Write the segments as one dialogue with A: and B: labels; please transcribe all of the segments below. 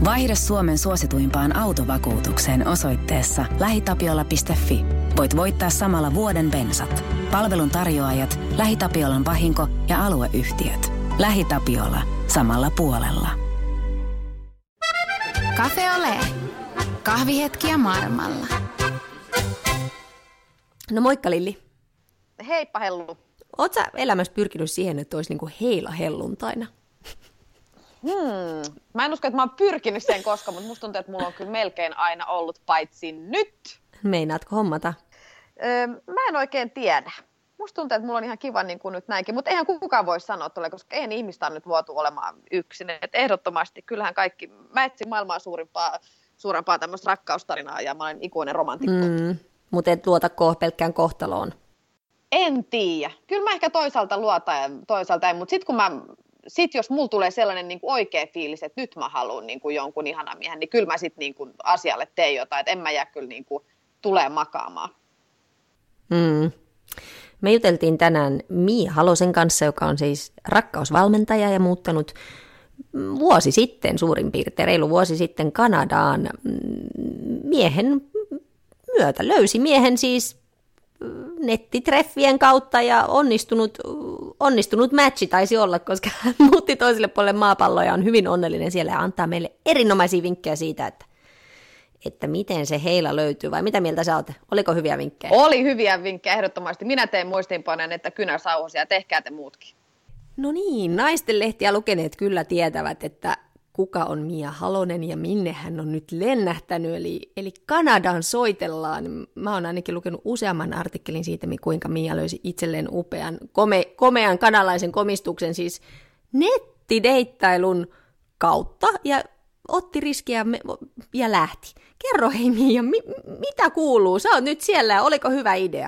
A: Vaihda Suomen suosituimpaan autovakuutukseen osoitteessa lähitapiola.fi. Voit voittaa samalla vuoden bensat. Palvelun tarjoajat, LähiTapiolan vahinko ja alueyhtiöt. LähiTapiola. Samalla puolella.
B: Cafe Ole. Kahvihetkiä maailmalla.
C: No moikka Lilli.
D: Heippa Hellu.
C: Ootko sä elämässä pyrkinyt siihen, että olisi niinku heila helluntaina?
D: Mä en usko, että mä oon pyrkinyt sen koskaan, mutta musta tuntuu, että mulla on kyllä melkein aina ollut, paitsi nyt.
C: Meinaatko hommata?
D: Mä en oikein tiedä. Musta tuntuu, että mulla on ihan kiva niin kuin nyt näinkin, mutta eihän kukaan voi sanoa tuolle, koska eihän ihmistä on nyt vuotu olemaan yksin. Et ehdottomasti, kyllähän kaikki, mä etsin maailmaa suurempaa tämmöistä rakkaustarinaa ja mä olen ikuinen romantikko.
C: Mutta et luota pelkkään kohtaloon.
D: En tiedä. Kyllä mä ehkä toisaalta luotan ja toisaalta ei, mutta sitten jos mulla tulee sellainen niin kuin oikea fiilis, että nyt mä haluan niin kuin jonkun ihanan miehen, niin kyllä mä sitten niin kuin asialle teen jotain, että en mä jää kyllä niin kuin tulee makaamaan.
C: Me juteltiin tänään Mia Halosen kanssa, joka on siis rakkausvalmentaja ja muuttanut vuosi sitten suurin piirtein, reilu vuosi sitten Kanadaan miehen myötä. Löysi miehen siis nettitreffien kautta ja onnistunut matchi taisi olla, koska hän muutti toiselle puolelle maapalloa ja on hyvin onnellinen siellä ja antaa meille erinomaisia vinkkejä siitä, että miten se heila löytyy, vai mitä mieltä sä oot? Oliko hyviä vinkkejä?
D: Oli hyviä vinkkejä ehdottomasti. Minä tein muistiinpanojen, että kynäsauhosia, tehkää te muutkin.
C: No niin, naistenlehtiä lukeneet kyllä tietävät, että kuka on Mia Halonen ja minne hän on nyt lennähtänyt, eli Kanadaan soitellaan. Mä oon ainakin lukenut useamman artikkelin siitä, kuinka Mia löysi itselleen upean, komean kanalaisen komistuksen, siis nettideittailun kautta, ja otti riskiä ja lähti. Kerro hei Mia, mitä kuuluu? Sä oot nyt siellä, oliko hyvä idea?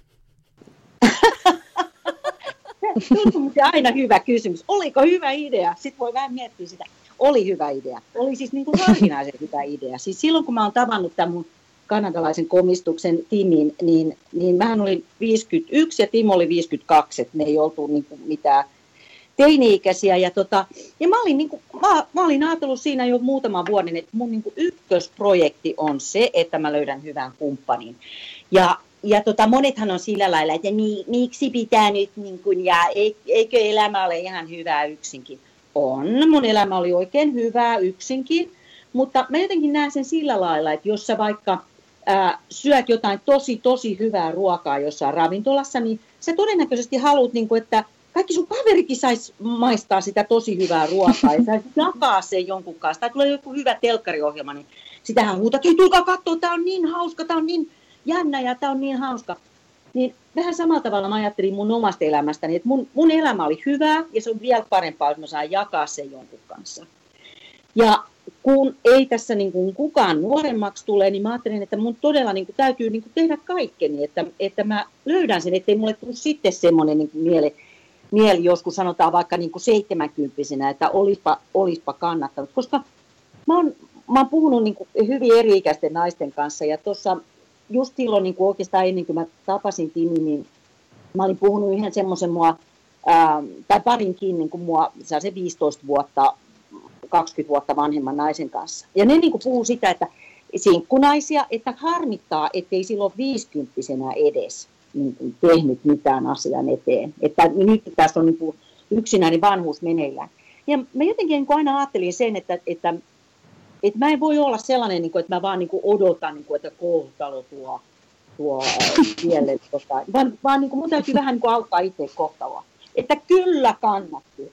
E: Se on aina hyvä kysymys. Oliko hyvä idea? Sitten voi vähän miettiä sitä. Oli hyvä idea. Oli siis niin kuin harvinaisen hyvä idea. Siis silloin kun mä oon tavannut tämän mun kanadalaisen komistuksen Timin, niin mähän olin 51 ja Tim oli 52, että me ei oltu niin kuin mitään teini-ikäisiä. Ja mä olin ajatellut siinä jo muutaman vuoden, että mun niin kuin ykkösprojekti on se, että mä löydän hyvän kumppanin. Ja monethan on sillä lailla, että miksi pitää nyt, niin kuin, ja eikö elämä ole ihan hyvää yksinkin. Mun elämä oli oikein hyvää yksinkin, mutta mä jotenkin näen sen sillä lailla, että jos sä vaikka syöt jotain tosi hyvää ruokaa jossain ravintolassa, niin sä todennäköisesti haluat, niin kuin, että kaikki sun kaverikin saisi maistaa sitä tosi hyvää ruokaa ja sä jakaa sen jonkun kanssa. Tai tulee joku hyvä telkkariohjelma, niin sitähän huutakin, tulkaa katsoa, tää on niin hauska, tää on niin jännä ja tää on niin hauska. Niin vähän samalla tavalla mä ajattelin mun omasta elämästäni, että mun elämä oli hyvää ja se on vielä parempaa, että mä saan jakaa sen jonkun kanssa. Ja kun ei tässä niin kuin kukaan nuoremmaksi tule, niin mä ajattelin, että mun todella niin kuin täytyy niin kuin tehdä kaikkeni, että mä löydän sen, ettei mulle tule sitten semmoinen niin kuin mieli joskus sanotaan vaikka niin kuin 70-vuotiaana, että olispa kannattanut. Koska mä oon puhunut niin kuin hyvin eri-ikäisten naisten kanssa ja tuossa just silloin niin kuin oikeastaan ennen kuin mä tapasin Timin, niin mä olin puhunut yhden semmoisen tai parinkin niin kuin se 15 vuotta, 20 vuotta vanhemman naisen kanssa. Ja ne niin kuin puhuu sitä, että sinkkunaisia, että harmittaa, ettei silloin 50-vuotiaana edes niin kuin tehnyt mitään asian eteen. Että nyt tässä on niin kuin yksinäinen vanhuus meneillään. Ja mä jotenkin niin kuin aina ajattelin sen, että mä en voi olla sellainen, niin kuin, että mä vaan niin kuin odotan, niin kuin, että kohtalo tuo tielle. Vaan niin kuin mun täytyy vähän niin kuin auttaa itse kohtaloa. Että kyllä kannatti.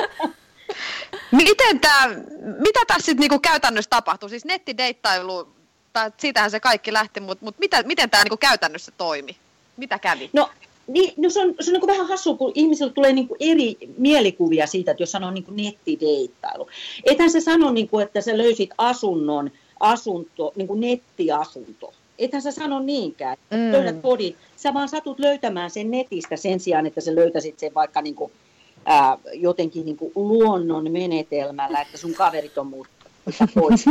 D: Mitä tässä sitten niinku käytännössä tapahtuu? Siis nettideittailu, siitähän se kaikki lähti, mutta miten tämä niinku käytännössä toimi? Mitä kävi?
E: No se on niinku vähän hassua, kun ihmisillä tulee niinku eri mielikuvia siitä, että jos sanoo niinku nettideittailu. Ethän se sano, niinku, että sä löysit niinku nettiasunto. Ethän sä sano niinkään, että löydät kodin. Sä vaan satut löytämään sen netistä sen sijaan, että sä löytäisit sen vaikka niinku, jotenkin niinku luonnon menetelmällä, että sun kaverit on muuttanut pois.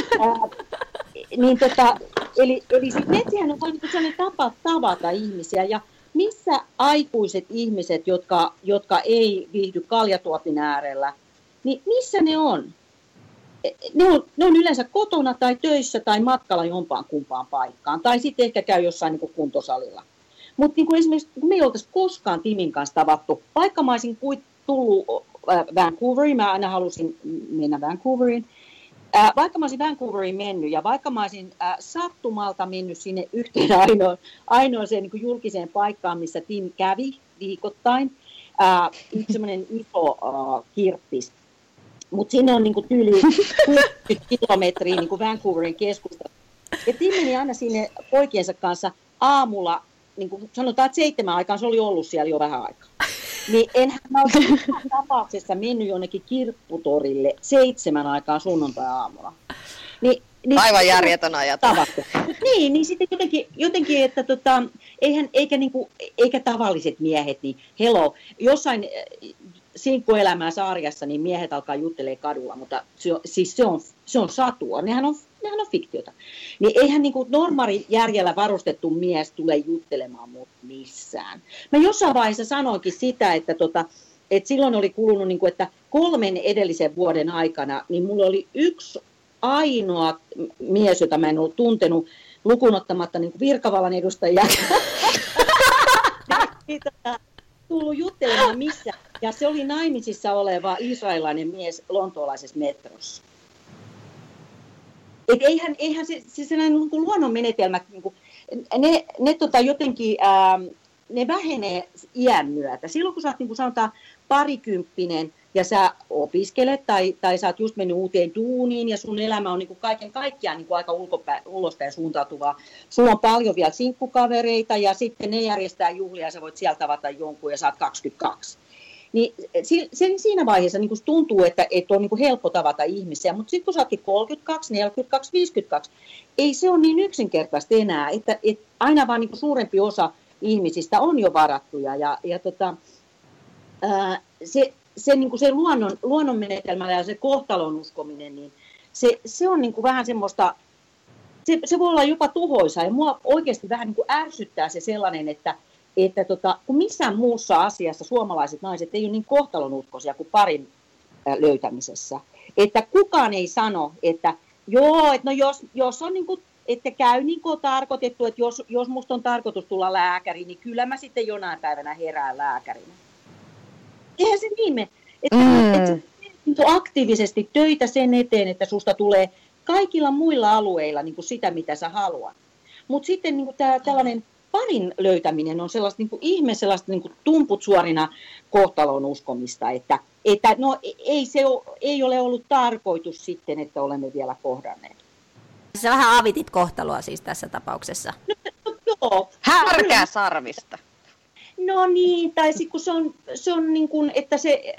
E: Eli sit netsihän on vain niinku sellainen tapa tavata ihmisiä. Ja missä aikuiset ihmiset, jotka ei viihdy kaljatuopin äärellä, niin missä ne on? ne on yleensä kotona tai töissä tai matkalla jompaan kumpaan paikkaan. Tai sitten ehkä käy jossain niin kuin kuntosalilla. Mutta niin esimerkiksi kun me ei oltaisi koskaan Timin kanssa tavattu, vaikka mä olisin tullut Vancouveriin, mä aina halusin mennä Vancouveriin, vaikka mä olisin Vancouveriin mennyt ja vaikka mä olisin sattumalta mennyt sinne yhteen ainoaseen niin kuin julkiseen paikkaan, missä Tim kävi viikoittain, yksi semmoinen iso kirppis. Mutta sinne on niinku tyyli 60 kilometriä niinku Vancouverin keskustasta. Ja Tim meni aina sinne poikiensa kanssa aamulla, niinku sanotaan, että 7 aikaan, se oli ollut siellä jo vähän aikaa. Niin enhän mä olisi tapauksessa mennyt jonnekin kirpputorille 7 aikaan sunnuntai-aamulla.
D: Aivan järjetön ajatus.
E: Niin sitten jotenkin että eikä tavalliset miehet, niin hello, jossain sinkkuelämää sarjassa, niin miehet alkaa juttelemaan kadulla, mutta se on satua, nehän on fiktiota. Niin eihän niin kuin normaali järjellä varustettu mies tule juttelemaan mut missään. Mä jossain vaiheessa sanoinkin sitä, että silloin oli kulunut, niin kuin, että 3 edellisen vuoden aikana, niin mulla oli yksi ainoa mies, jota mä en ollut tuntenut, lukuun ottamatta niin kuin virkavallan edustajia. Tullut juttelemaan missään. Ja se oli naimisissa oleva israelilainen mies lontoolaisessa metrossa. Et eihän se näin niin kuin luonnonmenetelmät, niin kuin, jotenkin, ne vähenee iän myötä. Silloin kun sä oot niin kuin sanotaan parikymppinen ja sä opiskelet tai sä oot just mennyt uuteen duuniin ja sun elämä on niin kuin kaiken kaikkiaan niin kuin aika ulospäin suuntautuvaa. Sulla on paljon vielä sinkkukavereita ja sitten ne järjestää juhlia ja sä voit sieltä tavata jonkun ja sä oot 22. Niin siinä vaiheessa niin kuin tuntuu, että on niin kuin helppo tavata ihmisiä, mutta sitten kun sä ootkin 32, 42, 52, ei se ole niin yksinkertaista enää, että aina vaan niin kuin suurempi osa ihmisistä on jo varattuja se, niin kuin se luonnonmenetelmä ja se kohtalon uskominen, niin se on niin kuin vähän semmoista, se voi olla jopa tuhoisaa ja mua oikeasti vähän niin kuin ärsyttää se sellainen, että kun missään muussa asiassa suomalaiset naiset ei ole niin kohtalonuskoisia kuin parin löytämisessä. Että kukaan ei sano, että joo, että no jos on niin kuin, että käy niin kuin on tarkoitettu, että jos musta on tarkoitus tulla lääkäriin, niin kyllä mä sitten jonain päivänä herään lääkärinä. Eihän se niin mene. Että aktiivisesti töitä sen eteen, että susta tulee kaikilla muilla alueilla niin kuin sitä, mitä sä haluat. Mutta sitten niin kuin tällainen parin löytäminen on sellaista niin kuin ihme, sellaista niin kuin tumput suorina kohtalon uskomista, että no ei ole ollut tarkoitus sitten, että olemme vielä kohdanneet.
C: Sä vähän aavitit kohtaloa siis tässä tapauksessa.
E: No joo.
D: Härkää sarvista.
E: No niin, tai sitten kun se on niin kuin, että se,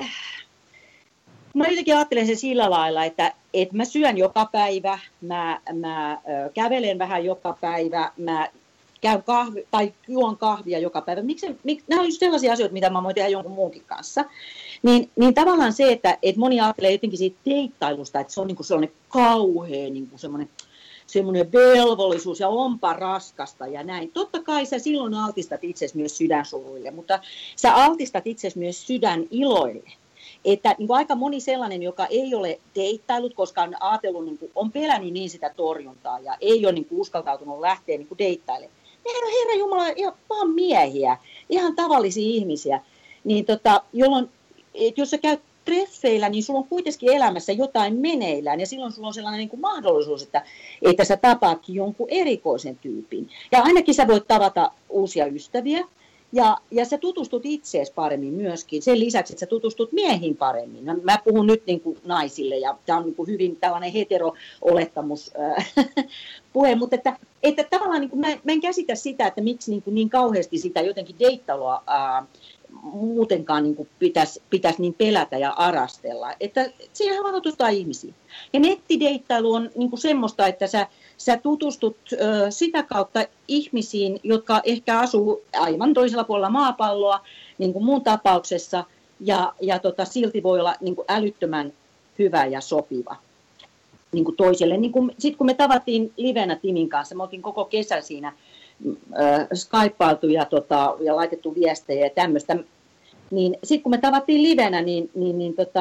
E: mä jotenkin ajattelen sen sillä lailla, että mä syön joka päivä, mä kävelen vähän joka päivä, mä käyn juon kahvia joka päivä. Nämä on just sellaisia asioita, mitä mä voin tehdä jonkun muunkin kanssa. Niin tavallaan se, että moni ajattelee jotenkin siitä deittailusta, että se on niin kuin sellainen kauhea niin kuin semmoinen velvollisuus ja onpa raskasta ja näin. Totta kai sä silloin altistat itsesi myös sydänsuruille, mutta sä altistat itsesi myös sydäniloille. Että niin kuin aika moni sellainen, joka ei ole deittailut, koska on ajatellut, niin kuin, on pelännyt niin sitä torjuntaa ja ei ole niin kuin uskaltautunut lähteä niin kuin deittailemaan. Nehän on Herra Jumala ihan vaan miehiä, ihan tavallisia ihmisiä. Niin jolloin, jos sä käyt treffeillä, niin sulla on kuitenkin elämässä jotain meneillään ja silloin sulla on sellainen niin kuin mahdollisuus, että sä tapaatkin jonkun erikoisen tyypin. Ja ainakin sä voit tavata uusia ystäviä ja sä tutustut itseesi paremmin myöskin. Sen lisäksi, että sä tutustut miehiin paremmin. Mä puhun nyt niin kuin naisille ja tämä on niin kuin hyvin tällainen hetero-olettamus puhe, mutta että tavallaan niin kuin mä en käsitä sitä, että miksi niin kauheasti sitä jotenkin deittailua muutenkaan niin kuin pitäisi niin pelätä ja arastella, että siihen vaan otetaan ihmisiä. Ja nettideittailu on niin kuin semmoista, että sä tutustut sitä kautta ihmisiin, jotka ehkä asuu aivan toisella puolella maapalloa, niin kuin mun tapauksessa, ja silti voi olla niin kuin älyttömän hyvä ja sopiva niin kuin toiselle. Niin sitten kun me tavattiin livenä Timin kanssa, me oltiin koko kesä siinä skypailtu ja laitettu viestejä ja tämmöistä. Niin sitten kun me tavattiin livenä, niin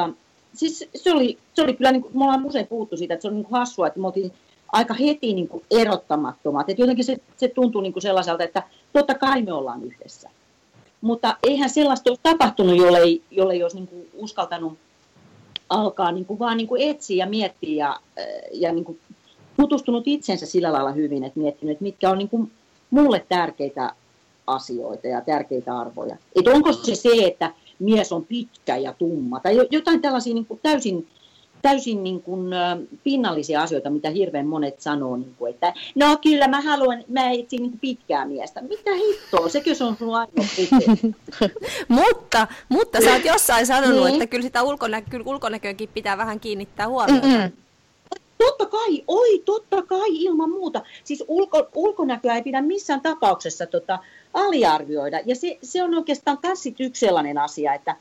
E: siis se oli kyllä, niin kuin, me ollaan usein puhuttu siitä, että se on niin kuin hassua, että me oltiin aika heti niin kuin erottamattomat. Että jotenkin se tuntuu niin kuin sellaiselta, että totta kai me ollaan yhdessä. Mutta eihän sellaista ole tapahtunut, jollei olisi niin kuin uskaltanut alkaa niin kuin vaan niin kuin etsiä ja miettiä ja niin kuin tutustunut itsensä sillä lailla hyvin, että miettinyt, että mitkä on niin kuin mulle tärkeitä asioita ja tärkeitä arvoja. Että onko se, että mies on pitkä ja tumma tai jotain tällaisia niin kuin täysin niin kuin pinnallisia asioita, mitä hirveän monet sanoo, niin kuin, että no kyllä mä etsin niin kuin pitkää miestä. Mitä hittoa, sekö se on sun ainoa kriteeri?
C: mutta sä oot jossain sanonut,
E: niin.
C: että kyllä sitä ulkonäköäkin pitää vähän kiinnittää huomiota.
E: Totta kai, ilman muuta. Siis ulkonäköä ei pidä missään tapauksessa aliarvioida. Ja se on oikeastaan myös yksi sellainen asia, että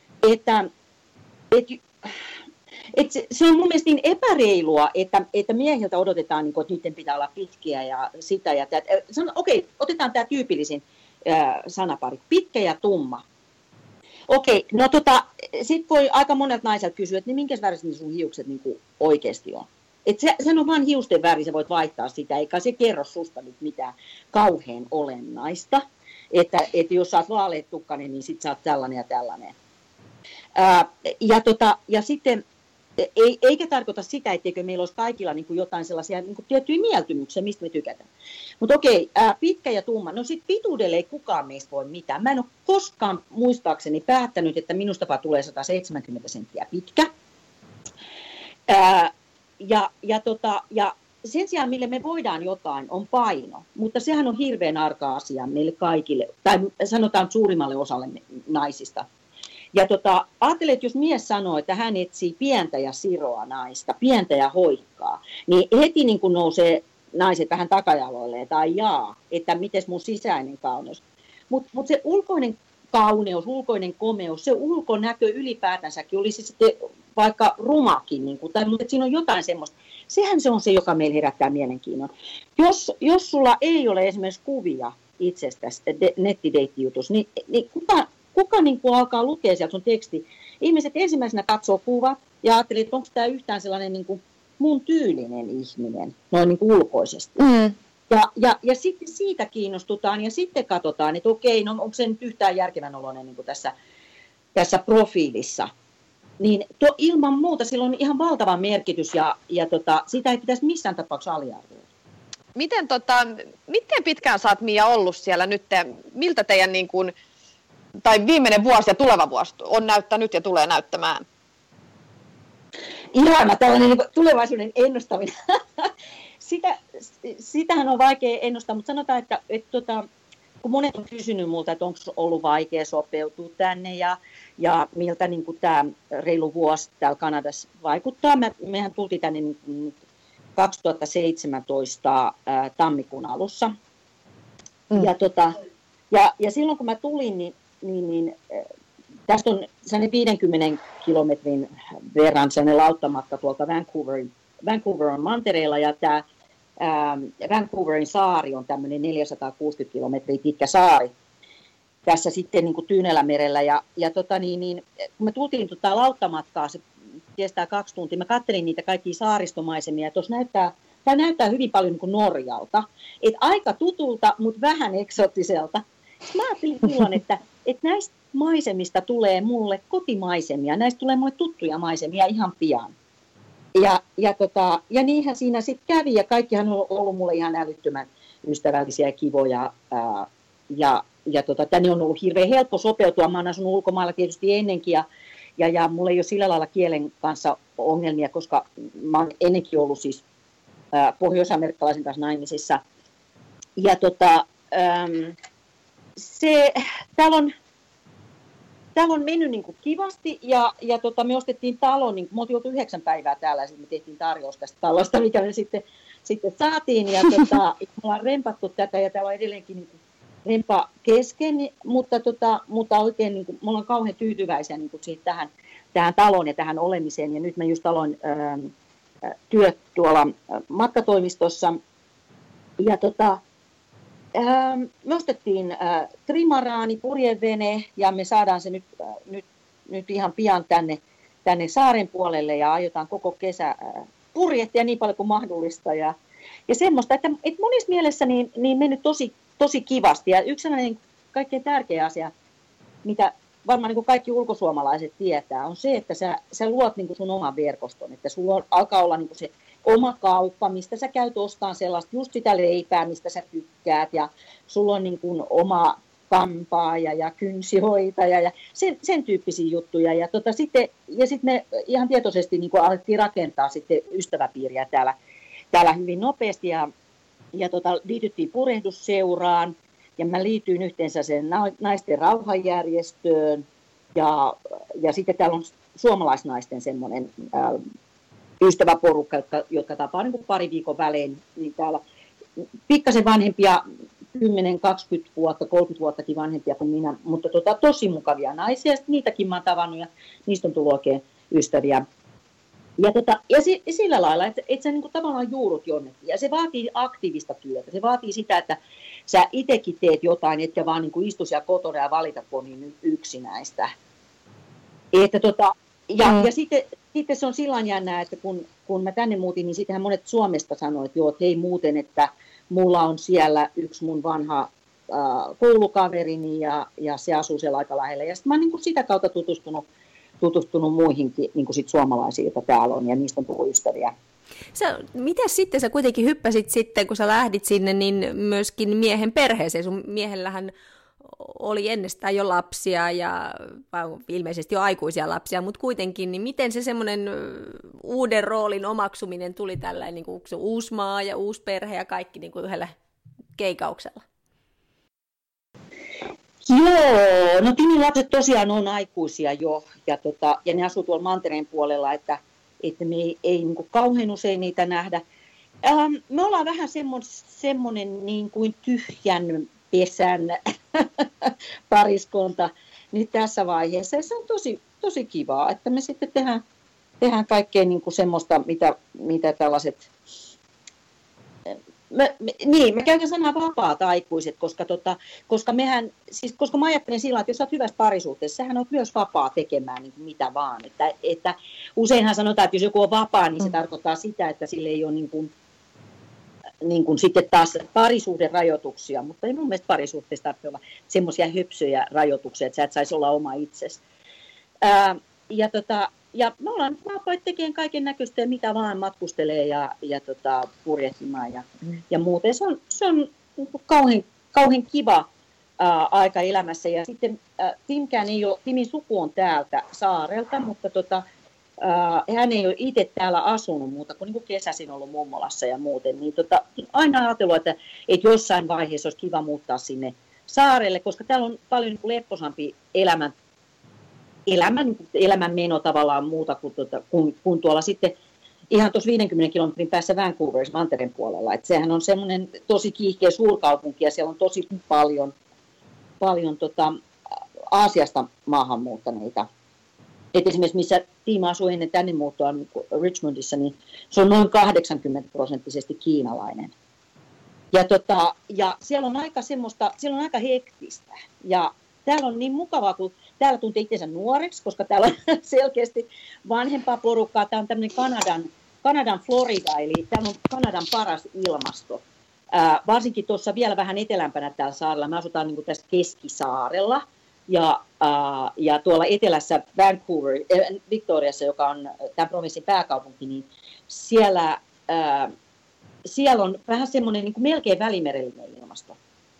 E: se on mun mielestä niin epäreilua, että miehiltä odotetaan, niin kuin, että niiden pitää olla pitkiä ja sitä ja tätä. Okei, otetaan tämä tyypillisin sanapari, pitkä ja tumma. Okei, no sit voi aika monet naiset kysyä, että minkä väriset sun hiukset niin kuin oikeasti on. Että sehän on vain hiusten väri, sä voit vaihtaa sitä, eikä se kerro susta nyt mitään kauhean olennaista. Että jos sä oot vaaleatukkainen, niin sit sä oot tällainen ja tällainen. Ja sitten, eikä tarkoita sitä, etteikö meillä olisi kaikilla niin kuin jotain sellaisia niin kuin tiettyjä mieltymyksiä, mistä me tykätään. Mutta okei, pitkä ja tumma. No sit pituudelle ei kukaan meistä voi mitään. Mä en ole koskaan muistaakseni päättänyt, että minusta tulee 170 senttiä pitkä. Ja sen sijaan, mille me voidaan jotain, on paino. Mutta sehän on hirveän arka asia meille kaikille, tai sanotaan suurimmalle osalle naisista. Ja ajattelen, että jos mies sanoo, että hän etsii pientä ja siroa naista, pientä ja hoikkaa, niin heti niin kuin nousee naiset vähän takajaloilleen tai että mites mun sisäinen kauneus. Mutta se ulkoinen kauneus, ulkoinen komeus, se ulkonäkö ylipäätänsäkin, oli se sitten vaikka rumakin, niin kuin, mutta siinä on jotain semmoista. Sehän se on se, joka meillä herättää mielenkiinnon. Jos sulla ei ole esimerkiksi kuvia itsestäsi nettideitti-jutussa, niin kuka niin kuin alkaa lukea sieltä sun teksti? Ihmiset ensimmäisenä katsoo kuvat ja ajattelee, että onko tämä yhtään sellainen niin kuin mun tyylinen ihminen, noin niin kuin ulkoisesti. Mm. Ja sitten siitä kiinnostutaan ja sitten katsotaan, että okei, no onko se nyt yhtään järkevän oloinen niin kuin tässä profiilissa. Niin ilman muuta sillä on ihan valtava merkitys ja sitä ei pitäisi missään tapauksessa aliarvioida.
D: Miten pitkään sä oot, Mia, ollut siellä nyt? Miltä teidän niin kuin, tai viimeinen vuosi ja tuleva vuosi on näyttänyt ja tulee näyttämään?
E: Ihana tällainen niin tulevaisuuden ennustaminen. Sitähän on vaikea ennustaa, mutta sanotaan, että kun monet on kysynyt multa, että onko ollut vaikea sopeutua tänne ja miltä niin kuin tämä reilu vuosi täällä Kanadassa vaikuttaa. Mehän tultiin tänne 2017 tammikuun alussa. Mm. Ja silloin kun mä tulin, niin tästä on 50 kilometrin verran sellainen lauttamatka tuolta Vancouverin mantereella ja tämä Vancouverin saari on tämmöinen 460 kilometriä pitkä saari tässä sitten niin kuin Tyynelämerellä. Ja kun me tultiin lauttamatkaa, se kestää 2 tuntia, mä katselin niitä kaikkia saaristomaisemia, ja tuossa näyttää hyvin paljon niin kuin Norjalta. Et aika tutulta, mutta vähän eksoottiselta. Mä ajattelin silloin, että näistä maisemista tulee mulle kotimaisemia, näistä tulee mulle tuttuja maisemia ihan pian. Ja niinhän siinä sitten kävi, ja kaikkihan on ollut mulle ihan älyttömän ystävällisiä ja kivoja. Tänne on ollut hirveän helppo sopeutua. Mä oon asunut ulkomailla tietysti ennenkin, ja mulla ei ole sillä lailla kielen kanssa ongelmia, koska mä oon ennenkin ollut siis pohjois-amerikkalaisen kanssa naimisissa. Ja täällä on mennyt niin kuin kivasti ja me ostettiin talon, niin me oltiin oltu 9 päivää täällä ja me tehtiin tarjous tästä talosta, mikä me sitten saatiin ja me ollaan rempattu tätä ja täällä on edelleenkin niin kuin rempa kesken, mutta oikein niin kuin, me ollaan kauhean tyytyväisiä niin kuin tähän taloon ja tähän olemiseen ja nyt mä just aloin työt tuolla matkatoimistossa ja me ostettiin trimaraani, purjevene ja me saadaan se nyt ihan pian tänne tänne saaren puolelle ja aiotaan koko kesä purjehtia niin paljon kuin mahdollista. Ja semmoista, että monissa mielessä niin mennyt tosi kivasti. Ja yksi sellainen kaikkein tärkeä asia, mitä varmaan niin kuin kaikki ulkosuomalaiset tietää, on se, että sä luot niin kuin sun oman verkoston. Että sulla alkaa olla niin kuin se oma kauppa, mistä sä käyt ostamaan sellaista, just sitä leipää, mistä sä tykkäät. Ja sulla on niin kuin oma kampaaja ja kynsihoitaja ja sen tyyppisiä juttuja. Ja sitten me ihan tietoisesti niin kuin alettiin rakentaa sitten ystäväpiiriä täällä hyvin nopeasti ja liityttiin purjehdusseuraan ja mä liityin yhteensä sen naisten rauhanjärjestöön ja sitten täällä on suomalaisnaisten semmoinen ystäväporukka, jotka tapaa niin kuin pari viikon välein, niin täällä pikkasen vanhempia, 10, 20 vuotta, 30 vuottakin vanhempia kuin minä, mutta tosi mukavia naisia, sitten niitäkin mä oon tavannut ja niistä on tullut oikein ystäviä. Ja sillä lailla, että sä niin kuin tavallaan juurut jonnekin, ja se vaatii aktiivista työtä, se vaatii sitä, että sä itsekin teet jotain, etkä vaan niin kuin istu siellä kotona ja valita, kun on niin yksinäistä. Ja sitten se on silloin jännää, että kun mä tänne muutin, niin sittenhän monet Suomesta sanoi, että joo, että hei muuten, että mulla on siellä yksi mun vanha koulukaverini ja se asuu siellä aika lähellä. Ja sitten mä oon niin kuin sitä kautta tutustunut muihinkin niin kuin sit suomalaisiin, joita täällä on, ja niistä on tullut ystäviä.
C: Miten sitten sä kuitenkin hyppäsit sitten, kun sä lähdit sinne, niin myöskin miehen perheeseen? Sun miehellähän oli ennestään jo lapsia ja ilmeisesti jo aikuisia lapsia, mutta kuitenkin, niin miten se semmoinen uuden roolin omaksuminen tuli tällainen niin kuin uusi maa ja uusi perhe ja kaikki niin kuin yhdellä keikauksella?
E: Joo, no Timin lapset tosiaan on aikuisia jo ja ne asuu tuolla mantereen puolella, että me ei niin kuin kauhean usein niitä nähdä. Me ollaan vähän semmoinen niin kuin tyhjän pesän pariskunta nyt tässä vaiheessa. Ja se on tosi kivaa, että me sitten tehdään kaikkea niin kuin semmoista, mitä tällaiset... Me käytän sanaa vapaat aikuiset, koska mä ajattelen sillä, että jos olet hyvässä parisuhteessa, sähän olet myös vapaa tekemään niin kuin mitä vaan. Että useinhan sanotaan, että jos joku on vapaa, niin se tarkoittaa sitä, että sille ei ole niin kuin sitten taas parisuhden rajoituksia, mutta ei mun mielestä parisuhteessa tarvitse olla semmoisia höpsöjä rajoituksia, että sä et saisi olla oma itsesi. Ja me ollaan vapaita tekemään kaiken näköistä ja mitä vaan matkustelee ja purjehtimaan ja muuten. Se on kauhean kiva aika elämässä. Ja sitten Timkään ei ole, Timin suku on täältä saarelta, mutta hän ei ole itse täällä asunut muuta kuin, kesäisin ollut mummolassa ja muuten. Niin aina ajatellut, että jossain vaiheessa olisi kiva muuttaa sinne saarelle, koska täällä on paljon niin kuin lepposampi elämänmeno tavallaan muuta kuin tuolla sitten ihan tuossa 50 kilometrin päässä Vancouverissa mantereen puolella. Et sehän on semmoinen tosi kiihkeä suurkaupunki ja siellä on tosi paljon Aasiasta maahanmuuttaneita. Et esimerkiksi missä Tiima asui ennen tänne muuttoa Richmondissa, niin se on noin 80% kiinalainen. Ja siellä on aika hektistä. Ja täällä on niin mukavaa, kun täällä tuntee itsensä nuoreksi, koska täällä on selkeästi vanhempaa porukkaa. Tämä on tämmöinen Kanadan Florida, eli täällä on Kanadan paras ilmasto. Varsinkin tuossa vielä vähän etelämpänä täällä saarella. Me asutaan niin kuin tässä keskisaarella. Ja tuolla etelässä Victoriassa, joka on tämän provinssin pääkaupunki, niin siellä on vähän semmoinen niin kuin melkein välimerellinen ilmasto.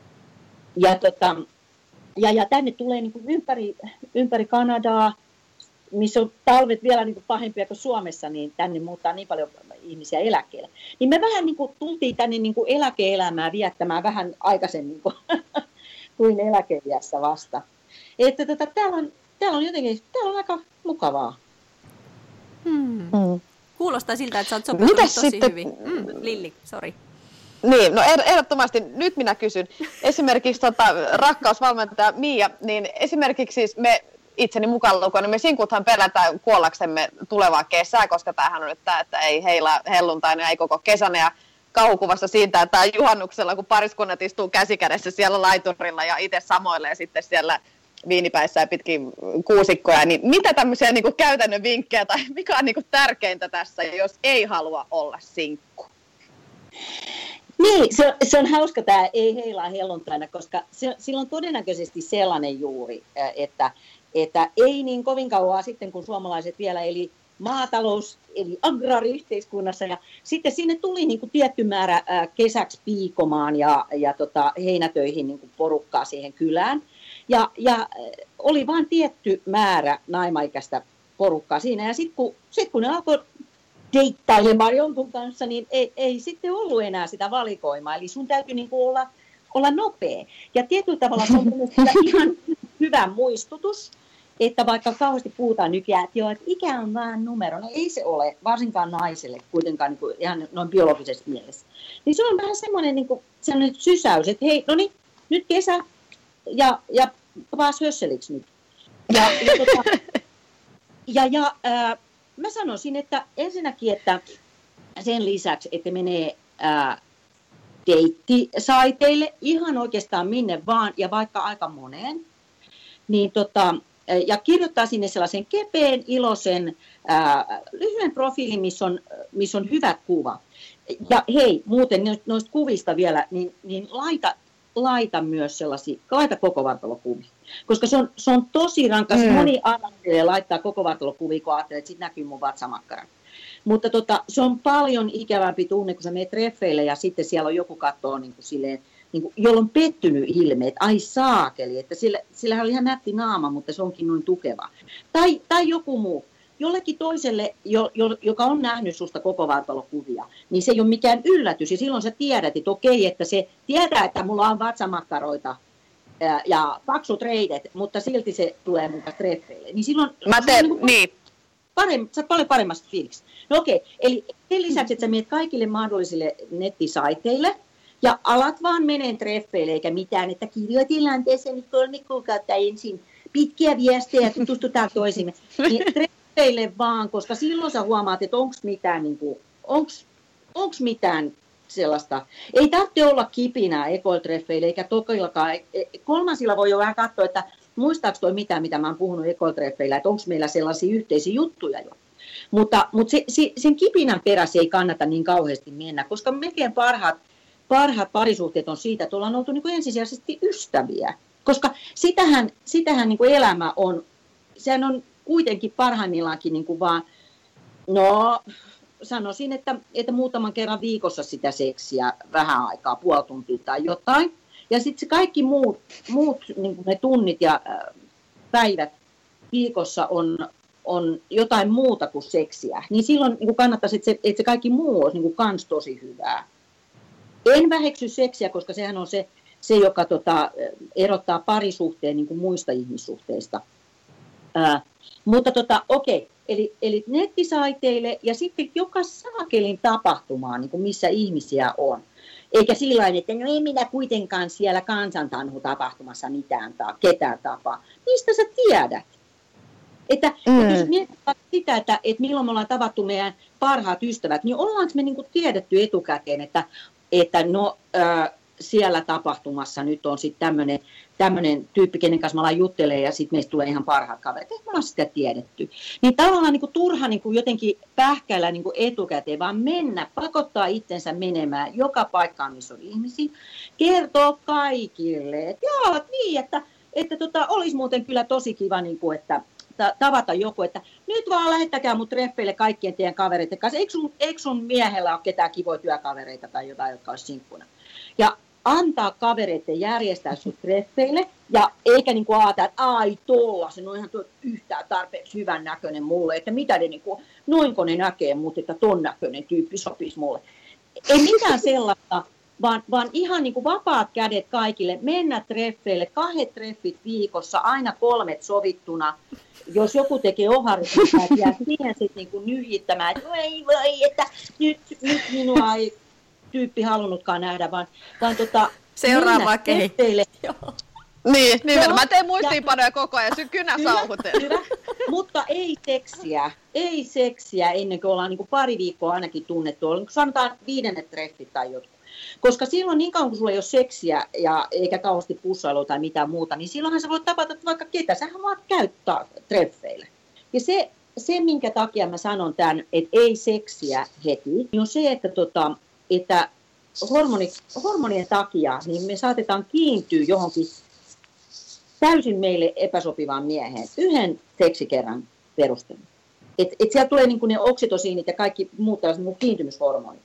E: Ja tänne tulee niin kuin ympäri Kanadaa, missä on talvet vielä niin kuin pahempia kuin Suomessa, niin tänne muuttaa niin paljon ihmisiä eläkkeelle. Niin me vähän niin kuin tultiin tänne niin kuin eläke-elämää viettämään vähän aikaisemmin kuin eläkeiässä vasta. Että täällä on jotenkin, täällä on aika mukavaa.
C: Kuulostaa siltä, että sä oot sopinut tosi sitten hyvin. Lilli, sori.
D: Niin, no ehdottomasti nyt minä kysyn. Esimerkiksi rakkausvalmentaja Mia, niin esimerkiksi siis me itseni mukaan lukon, niin me sinkuthan pelätään kuollaksemme tulevaa kesää, koska tämähän on nyt tämä, että ei heillä helluntaina, ei koko kesänä. Ja kauhukuvassa siitä, että juhannuksella, kun pariskunnat istuu käsikädessä siellä laiturilla ja itse samoilee sitten siellä viinipäissä ja pitkin kuusikkoja, niin mitä tämmöisiä niin kuin käytännön vinkkejä tai mikä on niin kuin tärkeintä tässä, jos ei halua olla sinkku?
E: Niin, se on hauska tämä ei heilaa helluntaina, koska sillä on todennäköisesti sellainen juuri, että ei niin kovin kauan sitten, kun suomalaiset vielä eli maatalous, eli agraariyhteiskunnassa, ja sitten sinne tuli niin kuin tietty määrä kesäksi piikomaan ja heinätöihin niin kuin porukkaa siihen kylään, ja oli vain tietty määrä naimaikäistä porukkaa siinä, ja sitten kun ne alkoi deittailemaan jonkun kanssa, niin ei sitten ollut enää sitä valikoimaa. Eli sun täytyy niin kuin olla nopea. Ja tietyllä tavalla se on ihan hyvä muistutus, että vaikka kauheasti puhutaan nykyään, että joo, että ikä on vaan numero, no ei se ole, varsinkaan naiselle kuitenkaan niin kuin ihan noin biologisessa mielessä. Niin se on vähän semmoinen niin kuin sellainen sysäys, että hei, no niin, nyt kesä ja taas hösseliksi nyt. Mä sanoisin, että ensinnäkin, että sen lisäksi, että menee deittisaiteille ihan oikeastaan minne vaan ja vaikka aika moneen, niin ja kirjoittaa sinne sellaisen kepeen, iloisen, lyhyen profiilin, missä on hyvä kuva. Ja hei, muuten noista kuvista vielä, niin laita myös sellaisia, laita koko vartalokuvia. Koska se on tosi rankka. Moni ajattelee laittaa koko vartalokuvia, kun ajattelee, että sitten näkyy mun vatsamakkara. Mutta se on paljon ikävämpi tunne, kun sä menet treffeille ja sitten siellä on joku kattoo niin kuin silleen, niin kuin, jolla on pettynyt ilme, että ai saakeli, että sillä on ihan nätti naama, mutta se onkin noin tukeva. Tai joku muu. Jollekin toiselle, joka on nähnyt susta koko vartalokuvia, niin se ei ole mikään yllätys. Ja silloin sä tiedät, että okei, että se tietää, että mulla on vatsamakkaroita ja paksut reidet, mutta silti se tulee mukaan treffeille. Niin silloin sä oot paljon paremmassa fiiliksi. No okei, eli sen lisäksi, että sä menet kaikille mahdollisille nettisaiteille ja alat vaan meneen treffeille eikä mitään, että kirjoitellaan tässä nyt 3 kuukautta ensin pitkiä viestejä ja tutustutaan toisimme. Niin treffeille vaan, koska silloin sä huomaat, että onks mitään sellaista. Ei tarvitse olla kipinää ekoiltreffeille eikä tokillakaan. Kolmansilla voi jo vähän katsoa, että muistaako toi mitään, mitä mä oon puhunut ekoiltreffeillä, että onko meillä sellaisia yhteisiä juttuja jo. Mutta sen kipinän perässä ei kannata niin kauheasti mennä, koska melkein parhaat parisuhteet on siitä, että ollaan oltu niin kuin ensisijaisesti ystäviä. Koska sitähän niin kuin elämä on, sehän on kuitenkin parhaimmillaankin niin kuin vaan, no sanoisin, että muutaman kerran viikossa sitä seksiä vähän aikaa, puoli tuntia tai jotain. Ja sitten se kaikki muut niin kuin ne tunnit ja päivät viikossa on jotain muuta kuin seksiä. Niin silloin niin kuin kannattaisi, että se kaikki muu olisi niin kuin kans tosi hyvää. En väheksy seksiä, koska sehän on se joka erottaa parisuhteen niin kuin muista ihmissuhteista. Mutta okei, eli nettisaiteille ja sitten joka saakelin tapahtumaan, niin kuin missä ihmisiä on. Eikä sillä tavalla, että no ei minä kuitenkaan siellä kansantanhutapahtumassa ketään tapaa. Mistä sä tiedät? Että jos mietitään sitä, että milloin me ollaan tavattu meidän parhaat ystävät, niin ollaanko me niin kuin tiedetty etukäteen, että siellä tapahtumassa nyt on sitten tämmöinen tyyppi, kenen kanssa me ollaan juttelemaan ja sitten meistä tulee ihan parhaat kaverit. Ei me ollaan sitä tiedetty. Niin tavallaan niin kuin turha niin kuin jotenkin pähkäillä niin kuin etukäteen, vaan pakottaa itsensä menemään joka paikkaan, missä on ihmisiä. Kertoo kaikille, että joo, niin, että olisi muuten kyllä tosi kiva, niin kuin, että tavata joku, että nyt vaan lähettäkää mut treffeille kaikkien teidän kavereiden kanssa. Eikö sun miehellä ole ketään kivoja työkavereita tai jotain, jotka olisi sinkkuna? Ja antaa kavereiden järjestää sut treffeille, ja eikä niinku ajatella, että ai tollasen, on ihan yhtään tarpeeksi hyvän näköinen mulle, että mitä ne niinku, noinko ne näkee mut, että ton näköinen tyyppi sopisi mulle. Ei mitään sellaista, vaan ihan niinku vapaat kädet kaikille, mennä treffeille, 2 treffit viikossa, aina 3 sovittuna. Jos joku tekee oharrutusta, että jää siihen sitten niinku nyhittämään, että voi, että nyt minua ei tyyppi halunnutkaan nähdä, vaan
C: seuraava kehitteille.
D: Niin, mä teen muistiinpanoja koko ajan, kynä sauhuteen.
E: Mutta ei seksiä ennen kuin ollaan niin kuin pari viikkoa ainakin tunnettu. Sanotaan 5. treffit tai jotkut. Koska silloin niin kauan kun sulla ei ole seksiä eikä kauheasti pussailua tai mitään muuta, niin silloinhan sä voit tapata vaikka ketä. Sähän vaan käyttää treffeille. Ja se, minkä takia mä sanon tämän, että ei seksiä heti, niin on se, että hormonien takia niin me saatetaan kiintyä johonkin täysin meille epäsopivaan mieheen yhden seksikerran perusteella. Et sieltä tulee niin kuin ne oksitosiinit ja kaikki muut tällaiset niin kiintymyshormonit.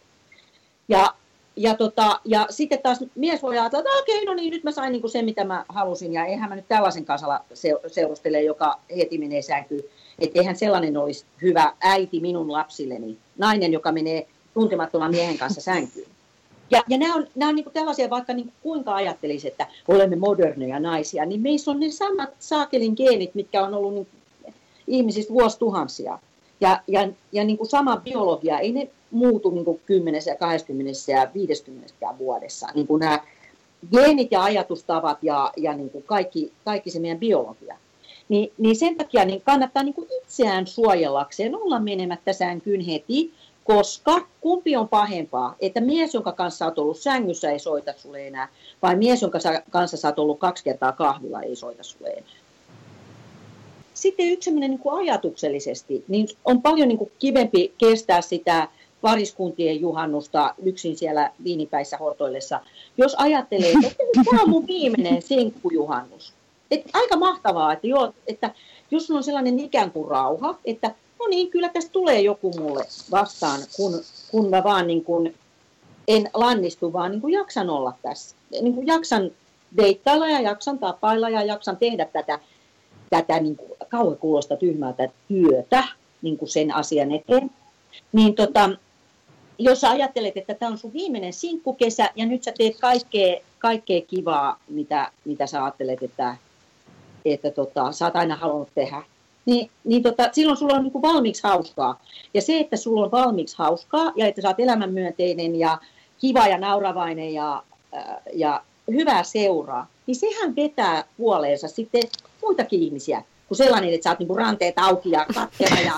E: Ja sitten taas mies voi ajatella, että okei, no niin, nyt mä sain niin kuin sen, mitä mä halusin, ja eihän mä nyt tällaisen kanssa seurustele, joka heti menee sänkyyn. Että eihän sellainen olisi hyvä äiti minun lapsilleni, nainen, joka menee tuntemattoman miehen kanssa sänkyyn. Ja nämä on niin kuin tällaisia, vaikka niin kuin kuinka ajattelisi, että olemme moderneja naisia, niin meissä on ne samat saakelin geenit, mitkä on ollut niin ihmisistä vuosituhansia. Ja niin kuin sama biologia, ei ne muutu niin kuin 10 ja 20 ja 50 vuodessa. Niin kuin nämä geenit ja ajatustavat ja niin kuin kaikki se meidän biologia. Niin sen takia niin kannattaa niin kuin itseään suojellakseen olla menemättä sänkyyn heti, koska kumpi on pahempaa, että mies, jonka kanssa olet ollut sängyssä, ei soita sulle enää, vai mies, jonka kanssa sä oot ollut 2 kertaa kahvilla, ei soita sulle enää. Sitten yksi sellainen niin kuin ajatuksellisesti, niin on paljon niin kuin kivempi kestää sitä pariskuntien juhannusta yksin siellä viinipäissä hortoillessa, jos ajattelee, että tämä on mun viimeinen sinkkujuhannus. Aika mahtavaa, että jos on sellainen ikään kuin rauha, että no niin, kyllä tästä tulee joku mulle vastaan, kun mä vaan niin kuin en lannistu, vaan niin kuin jaksan olla tässä. Niin kuin jaksan deittailla ja jaksan tapailla ja jaksan tehdä tätä niin kuin kauan kuulosta tyhmältä työtä niin kuin sen asian eteen. Niin jos sä ajattelet, että tämä on sun viimeinen sinkkukesä ja nyt sä teet kaikkea kivaa, mitä sä ajattelet, että sä oot aina halunnut tehdä, niin silloin sulla on niin kuin valmiiksi hauskaa. Ja se, että sulla on valmiiksi hauskaa ja että sä oot elämänmyönteinen ja kiva ja nauravainen ja hyvää seuraa, niin sehän vetää puoleensa sitten muitakin ihmisiä kuin sellainen, että sä oot niin kuin ranteet auki ja katkera ja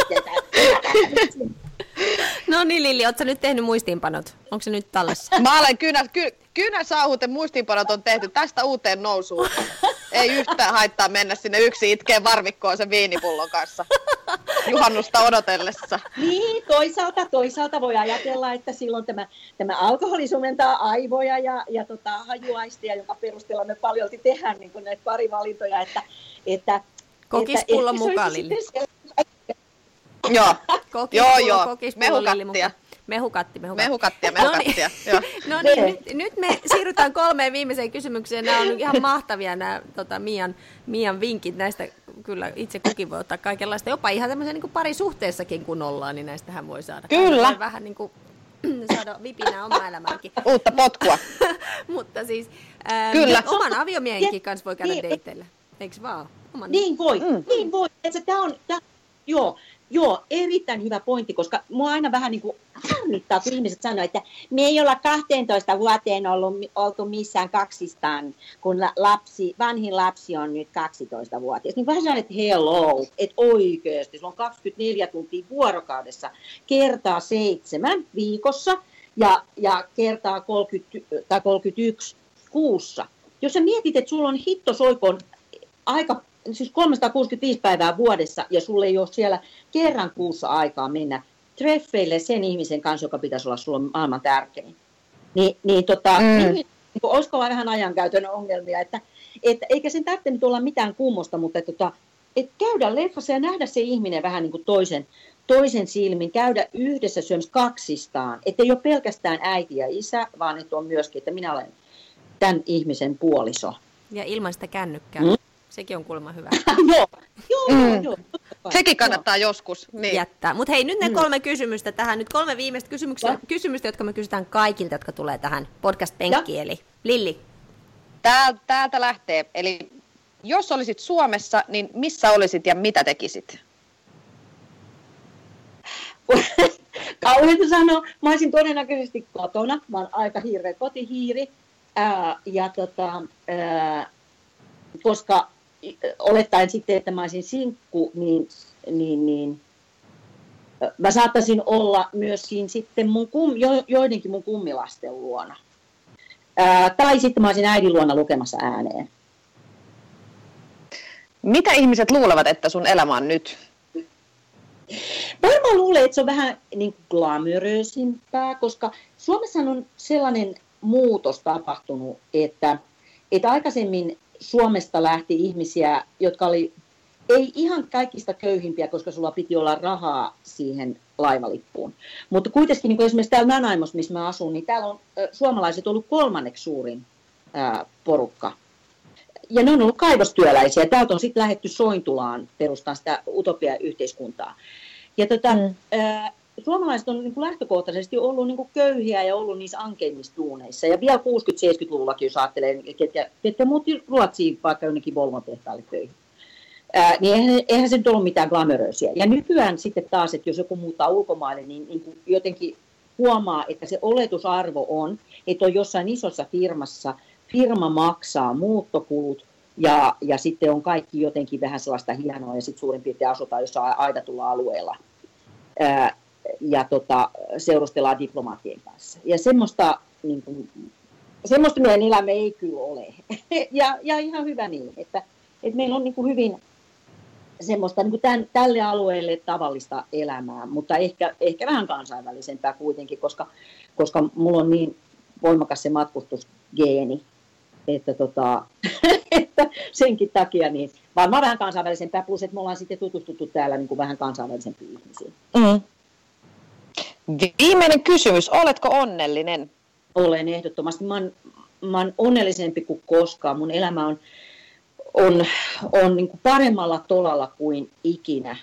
C: No niin, Lilli, ootko sä nyt tehnyt muistiinpanot? Onko se nyt tallessa?
D: Mä olen kynäsauhuten muistiinpanot on tehty tästä uuteen nousuun. Ei yhtään haittaa mennä sinne yksin itkeen varvikkoon sen viinipullon kanssa juhannusta odotellessa.
E: Niin, toisaalta voi ajatella, että silloin tämä alkoholi sumentaa aivoja ja hajuaistia, jonka perusteella me paljolti tehdään niin kuin näitä parivalintoja.
C: Kokispullon mukaan, Lilli.
D: Joo.
C: Mehukattia.
D: No
C: niin, nyt me siirrytään 3 viimeiseen kysymykseen. Nämä on ihan mahtavia nämä Mian vinkit. Näistä kyllä itse kukin voi ottaa kaikenlaista. Jopa ihan tämmöisen niin parisuhteessakin kun ollaan, niin näistähän voi saada.
D: Kyllä.
C: Vähän niin kuin saada vipinää omaa elämäänkin.
D: Uutta potkua.
C: Mutta siis
D: kyllä.
C: Oman aviomiehenkin kanssa voi käydä deiteillä. Eikö vaan?
E: Niin voi. Joo, erittäin hyvä pointti, koska mua aina vähän niin kuin harmittaa, kun ihmiset sanoo, että me ei olla 12 vuoteen oltu missään kaksistaan, kun vanhin lapsi on nyt 12-vuotias. Niin vähän sanon, että hello, että oikeasti, se on 24 tuntia vuorokaudessa, kertaa 7 viikossa ja kertaa 30 tai 31 kuussa. Jos sä mietit, että sulla on hittosoikoon siis 365 päivää vuodessa, ja sulle ei ole siellä kerran kuussa aikaa mennä treffeille sen ihmisen kanssa, joka pitäisi olla sulla maailman tärkein. Niin olisiko vähän ajankäytön ongelmia, että eikä sen tarvitse nyt olla mitään kummosta, mutta että käydä leffassa ja nähdä se ihminen vähän niin kuin toisen silmin, käydä yhdessä syömässä kaksistaan, että ei ole pelkästään äiti ja isä, vaan että on myöskin, että minä olen tämän ihmisen puoliso.
C: Ja ilman sitä kännykkää. Sekin on kuulemma hyvä.
E: Joo.
D: Sekin kannattaa joskus
C: jättää. Mutta hei, nyt ne 3 kysymystä tähän. Nyt 3 viimeistä kysymystä, jotka me kysytään kaikilta, jotka tulee tähän podcast-penkkiin. Eli Lilli.
D: Täältä lähtee. Eli jos olisit Suomessa, niin missä olisit ja mitä tekisit?
E: Kauheita sanoa. Mä olisin todennäköisesti kotona. Mä oon aika hirveä kotihiiri. Koska olettaen sitten, että mä olisin sinkku, niin mä saattaisin olla myöskin sitten joidenkin mun kummilasten luona. Tai sitten mä olisin äidin luona lukemassa ääneen.
D: Mitä ihmiset luulevat, että sun elämä on nyt?
E: Varmaan luulen, että se on vähän niin kuin glamouröisimpää, koska Suomessahan on sellainen muutos tapahtunut, että aikaisemmin Suomesta lähti ihmisiä, jotka ei ihan kaikista köyhimpiä, koska sulla piti olla rahaa siihen laivalippuun. Mutta kuitenkin niin kuin esimerkiksi täällä Nanaimossa, missä mä asun, niin täällä on suomalaiset ollut 3. suurin porukka. Ja ne on ollut kaivostyöläisiä. Täältä on sitten lähdetty Sointulaan perustamaan sitä utopia-yhteiskuntaa. Ja suomalaiset on niin kuin lähtökohtaisesti ollut niin kuin köyhiä ja ollut niissä ankeimmissa duuneissa. Ja vielä 60-70-luvullakin, jos ajattelee, ketkä muutti Ruotsiin vaikka jonnekin Volvo-tehtaalle töihin. Niin eihän se nyt ollut mitään glamouröisiä. Ja nykyään sitten taas, että jos joku muuttaa ulkomaille, niin jotenkin huomaa, että se oletusarvo on, että on jossain isossa firmassa, firma maksaa muuttokulut ja sitten on kaikki jotenkin vähän sellaista hienoa ja sitten suurin piirtein asutaan jossain aidatulla alueella ja seurustellaan diplomaattien kanssa. Ja semmoista meidän elämä ei kyllä ole. ja ihan hyvä niin, että meillä on niin kuin hyvin semmoista niin kuin tälle alueelle tavallista elämää, mutta ehkä vähän kansainvälisempää kuitenkin, koska mulla on niin voimakas se matkustusgeeni, että senkin takia niin varmaan vähän kansainvälisempää, plus että me ollaan sitten tutustuttu täällä niin kuin vähän kansainvälisempiin ihmisiin.
D: Mm. Viimeinen kysymys, oletko onnellinen?
E: Olen ehdottomasti. Mä oon onnellisempi kuin koskaan. Mun elämä on niin kuin paremmalla tolalla kuin ikinä.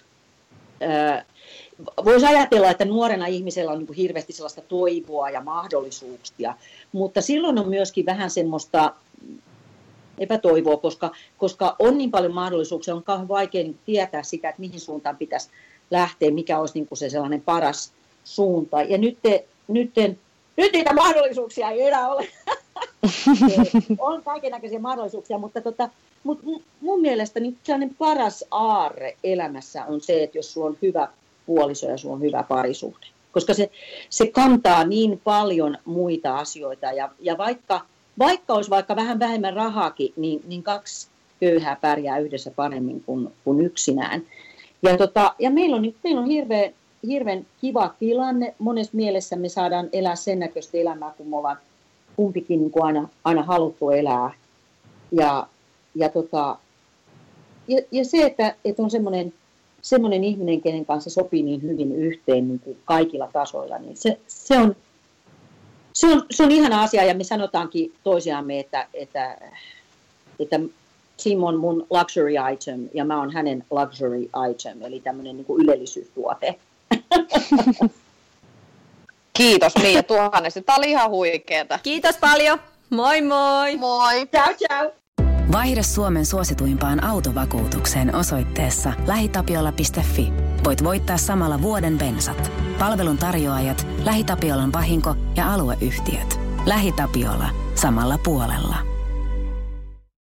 E: Voisi ajatella, että nuorena ihmisellä on niin kuin hirveästi sellaista toivoa ja mahdollisuuksia, mutta silloin on myöskin vähän semmoista epätoivoa, koska on niin paljon mahdollisuuksia, on kauhean vaikea niin tietää sitä, että mihin suuntaan pitäisi lähteä, mikä olisi niin kuin se sellainen paras suunta. Ja nyt niitä mahdollisuuksia ei enää ole. On kaikennäköisiä mahdollisuuksia, mutta mun mielestä niin sellainen paras aarre elämässä on se, että jos sulla on hyvä puoliso ja sulla on hyvä parisuhde. Koska se kantaa niin paljon muita asioita ja vaikka olisi vaikka vähän vähemmän rahaakin, niin 2 köyhää pärjää yhdessä paremmin kuin yksinään. Ja meillä on hirveän kiva tilanne. Monessa mielessä me saadaan elää sen näköistä elämää, kun me ollaan kumpikin niin kuin aina haluttu elää. Ja se, että on semmoinen ihminen, kenen kanssa sopii niin hyvin yhteen niin kuin kaikilla tasoilla, niin se on ihana asia. Ja me sanotaankin toisiamme, että Tim on mun luxury item ja mä oon hänen luxury item, eli tämmöinen niin kuin ylellisyystuote.
D: Kiitos Mia tuhannesti. Tämä oli ihan huikeeta.
C: Kiitos paljon. Moi moi.
D: Moi.
E: Ciao ciao.
A: Vaihda Suomen suosituimpaan autovakuutukseen osoitteessa lähitapiola.fi. Voit voittaa samalla vuoden bensat. Palvelun tarjoajat, LähiTapiolan vahinko ja alueyhtiöt. LähiTapiola. Samalla puolella.